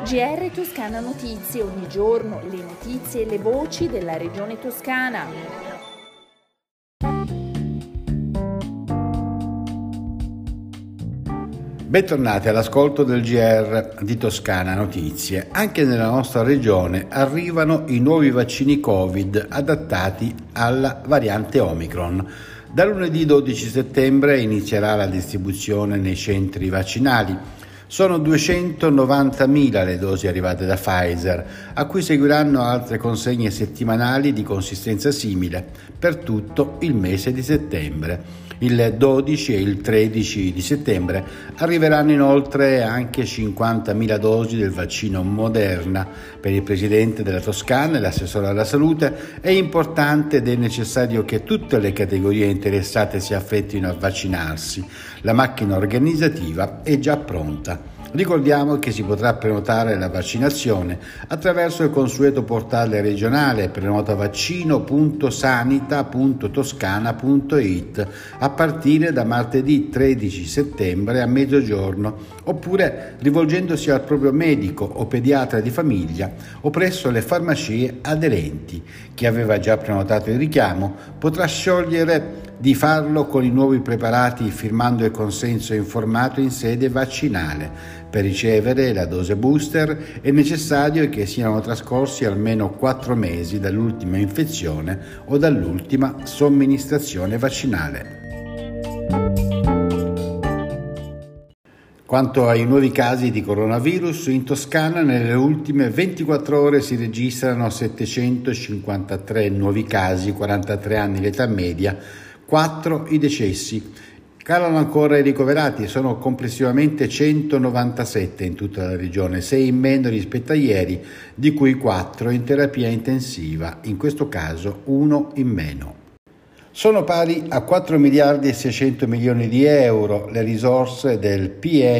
GR Toscana Notizie, ogni giorno le notizie e le voci della regione toscana. Bentornati all'ascolto del GR di Toscana Notizie. Anche nella nostra regione arrivano i nuovi vaccini Covid adattati alla variante Omicron. Da lunedì 12 settembre inizierà la distribuzione nei centri vaccinali. Sono 290.000 le dosi arrivate da Pfizer, a cui seguiranno altre consegne settimanali di consistenza simile per tutto il mese di settembre. Il 12 e il 13 di settembre arriveranno inoltre anche 50.000 dosi del vaccino Moderna. Per il presidente della Toscana e l'assessore alla salute è importante ed è necessario che tutte le categorie interessate si affrettino a vaccinarsi. La macchina organizzativa è già pronta. Ricordiamo che si potrà prenotare la vaccinazione attraverso il consueto portale regionale prenotavaccino.sanita.toscana.it a partire da martedì 13 settembre a mezzogiorno, oppure rivolgendosi al proprio medico o pediatra di famiglia o presso le farmacie aderenti. Chi aveva già prenotato il richiamo potrà scegliere di farlo con i nuovi preparati firmando il consenso informato in sede vaccinale. Per ricevere la dose booster è necessario che siano trascorsi almeno 4 mesi dall'ultima infezione o dall'ultima somministrazione vaccinale. Quanto ai nuovi casi di coronavirus, in Toscana nelle ultime 24 ore si registrano 753 nuovi casi, 43 anni l'età media, 4 i decessi. Calano ancora i ricoverati, sono complessivamente 197 in tutta la regione, 6 in meno rispetto a ieri, di cui 4 in terapia intensiva, in questo caso 1 in meno. Sono pari a 4 miliardi e 600 milioni di euro le risorse del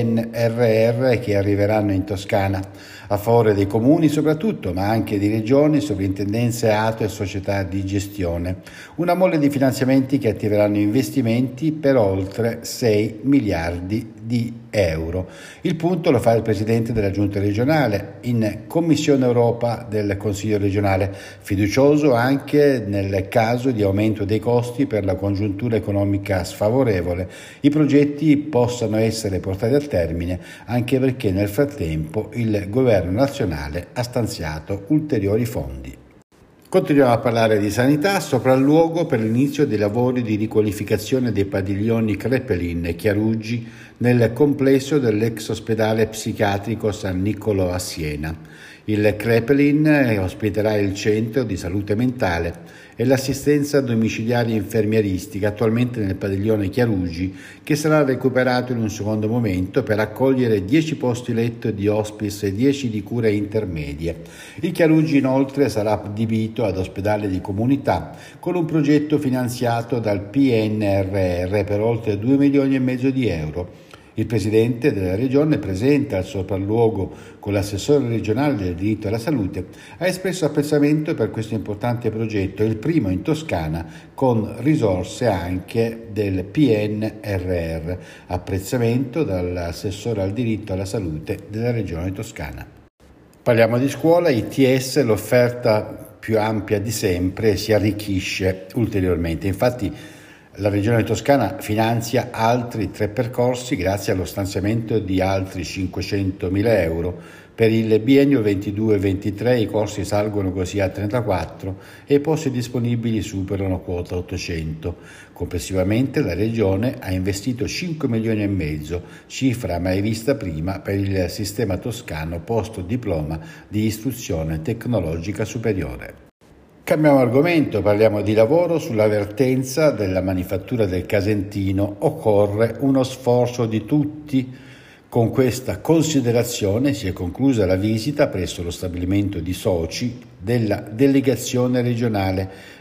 PNRR che arriveranno in Toscana, a favore dei comuni soprattutto, ma anche di regioni, sovrintendenze ATO e società di gestione. Una mole di finanziamenti che attiveranno investimenti per oltre 6 miliardi di euro. Il punto lo fa il presidente della giunta regionale in Commissione Europa del Consiglio regionale, fiducioso anche nel caso di aumento dei costi per la congiuntura economica sfavorevole. I progetti possano essere portati a termine anche perché nel frattempo il governo nazionale ha stanziato ulteriori fondi. Continuiamo a parlare di sanità, sopralluogo per l'inizio dei lavori di riqualificazione dei padiglioni Crepelin e Chiaruggi nel complesso dell'ex ospedale psichiatrico San Niccolò a Siena. Il Crepelin ospiterà il centro di salute mentale e l'assistenza domiciliare infermieristica attualmente nel padiglione Chiaruggi, che sarà recuperato in un secondo momento per accogliere 10 posti letto di hospice e 10 di cure intermedie. Il Chiaruggi inoltre sarà adibito ad ospedale di comunità con un progetto finanziato dal PNRR per oltre 2 milioni e mezzo di euro. Il presidente della regione, presente al sopralluogo con l'assessore regionale del diritto alla salute, ha espresso apprezzamento per questo importante progetto, il primo in Toscana con risorse anche del PNRR. Apprezzamento dall'assessore al diritto alla salute della regione toscana. Parliamo di scuola, ITS, l'offerta più ampia di sempre si arricchisce ulteriormente. Infatti la Regione Toscana finanzia altri 3 percorsi grazie allo stanziamento di altri 500.000 euro. Per il biennio 22-23 i corsi salgono così a 34 e i posti disponibili superano quota 800. Complessivamente la Regione ha investito 5 milioni e mezzo, cifra mai vista prima per il sistema toscano post diploma di istruzione tecnologica superiore. Cambiamo argomento, parliamo di lavoro. Sulla vertenza della manifattura del Casentino occorre uno sforzo di tutti. Con questa considerazione si è conclusa la visita presso lo stabilimento di soci della delegazione regionale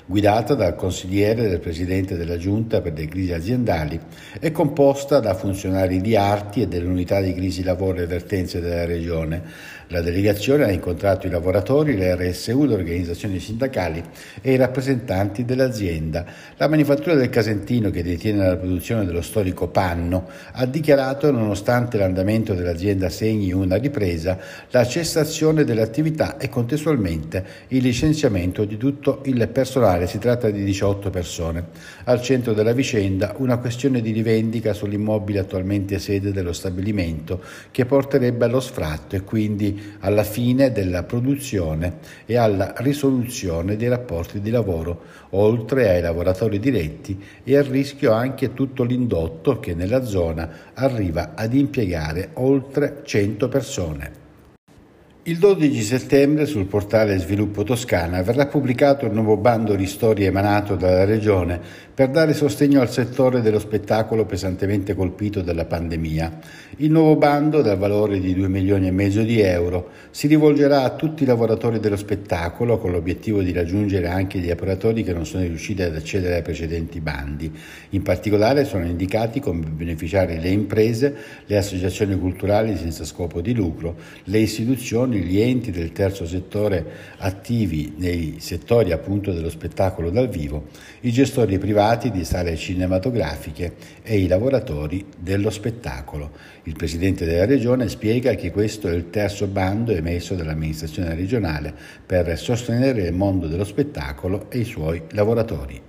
guidata dal consigliere del presidente della Giunta per le crisi aziendali e composta da funzionari di Arti e dell'unità di crisi lavoro e vertenze della regione. La delegazione ha incontrato i lavoratori, le RSU, le organizzazioni sindacali e i rappresentanti dell'azienda. La manifattura del Casentino, che detiene la produzione dello storico panno, ha dichiarato, nonostante l'andamento dell'azienda segni una ripresa, la cessazione dell'attività e contestualmente il licenziamento di tutto il personale. Si tratta di 18 persone. Al centro della vicenda una questione di rivendica sull'immobile attualmente sede dello stabilimento, che porterebbe allo sfratto e quindi alla fine della produzione e alla risoluzione dei rapporti di lavoro, oltre ai lavoratori diretti, e a rischio anche tutto l'indotto che nella zona arriva ad impiegare oltre 100 persone. Il 12 settembre sul portale Sviluppo Toscana verrà pubblicato il nuovo bando ristori emanato dalla Regione per dare sostegno al settore dello spettacolo pesantemente colpito dalla pandemia. Il nuovo bando, dal valore di 2,5 milioni di euro, si rivolgerà a tutti i lavoratori dello spettacolo con l'obiettivo di raggiungere anche gli operatori che non sono riusciti ad accedere ai precedenti bandi. In particolare sono indicati come beneficiari le imprese, le associazioni culturali senza scopo di lucro, le istituzioni, gli enti del terzo settore attivi nei settori appunto dello spettacolo dal vivo, i gestori privati di sale cinematografiche e i lavoratori dello spettacolo. Il presidente della regione spiega che questo è il terzo bando emesso dall'amministrazione regionale per sostenere il mondo dello spettacolo e i suoi lavoratori.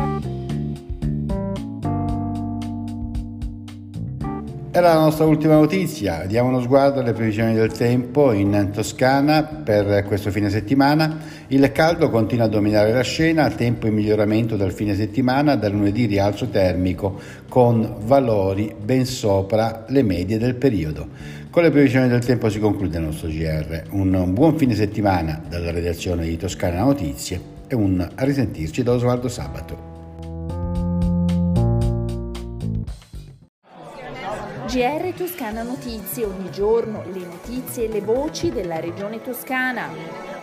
Era la nostra ultima notizia. Diamo uno sguardo alle previsioni del tempo in Toscana per questo fine settimana. Il caldo continua a dominare la scena, tempo in miglioramento dal fine settimana, da lunedì rialzo termico con valori ben sopra le medie del periodo. Con le previsioni del tempo si conclude il nostro GR. Un buon fine settimana dalla redazione di Toscana Notizie e un a risentirci da Osvaldo Sabato. GR Toscana Notizie, ogni giorno le notizie e le voci della regione toscana.